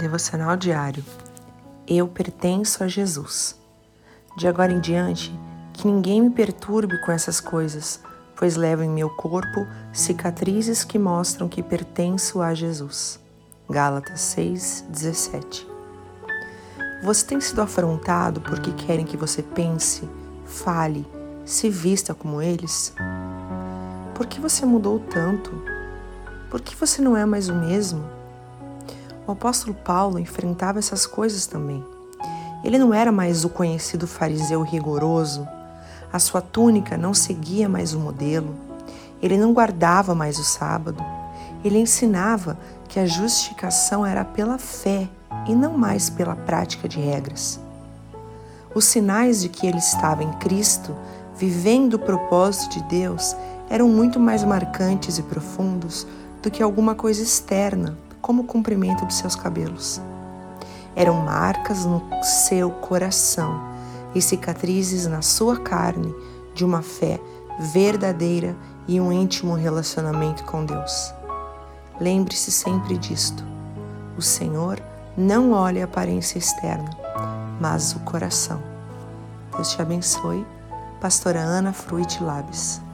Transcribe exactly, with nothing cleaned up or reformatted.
Devocional diário. Eu pertenço a Jesus. De agora em diante, que ninguém me perturbe com essas coisas, pois levo em meu corpo cicatrizes que mostram que pertenço a Jesus. Gálatas seis, dezessete. Você tem sido afrontado porque querem que você pense, fale, se vista como eles? Por que você mudou tanto? Por que você não é mais o mesmo? O apóstolo Paulo enfrentava essas coisas também. Ele não era mais o conhecido fariseu rigoroso, a sua túnica não seguia mais o modelo, ele não guardava mais o sábado, ele ensinava que a justificação era pela fé e não mais pela prática de regras. Os sinais de que ele estava em Cristo, vivendo o propósito de Deus, eram muito mais marcantes e profundos do que alguma coisa externa, como o comprimento de seus cabelos. Eram marcas no seu coração e cicatrizes na sua carne de uma fé verdadeira e um íntimo relacionamento com Deus. Lembre-se sempre disto: o Senhor não olha a aparência externa, mas o coração. Deus te abençoe. Pastora Ana Fruit Labs.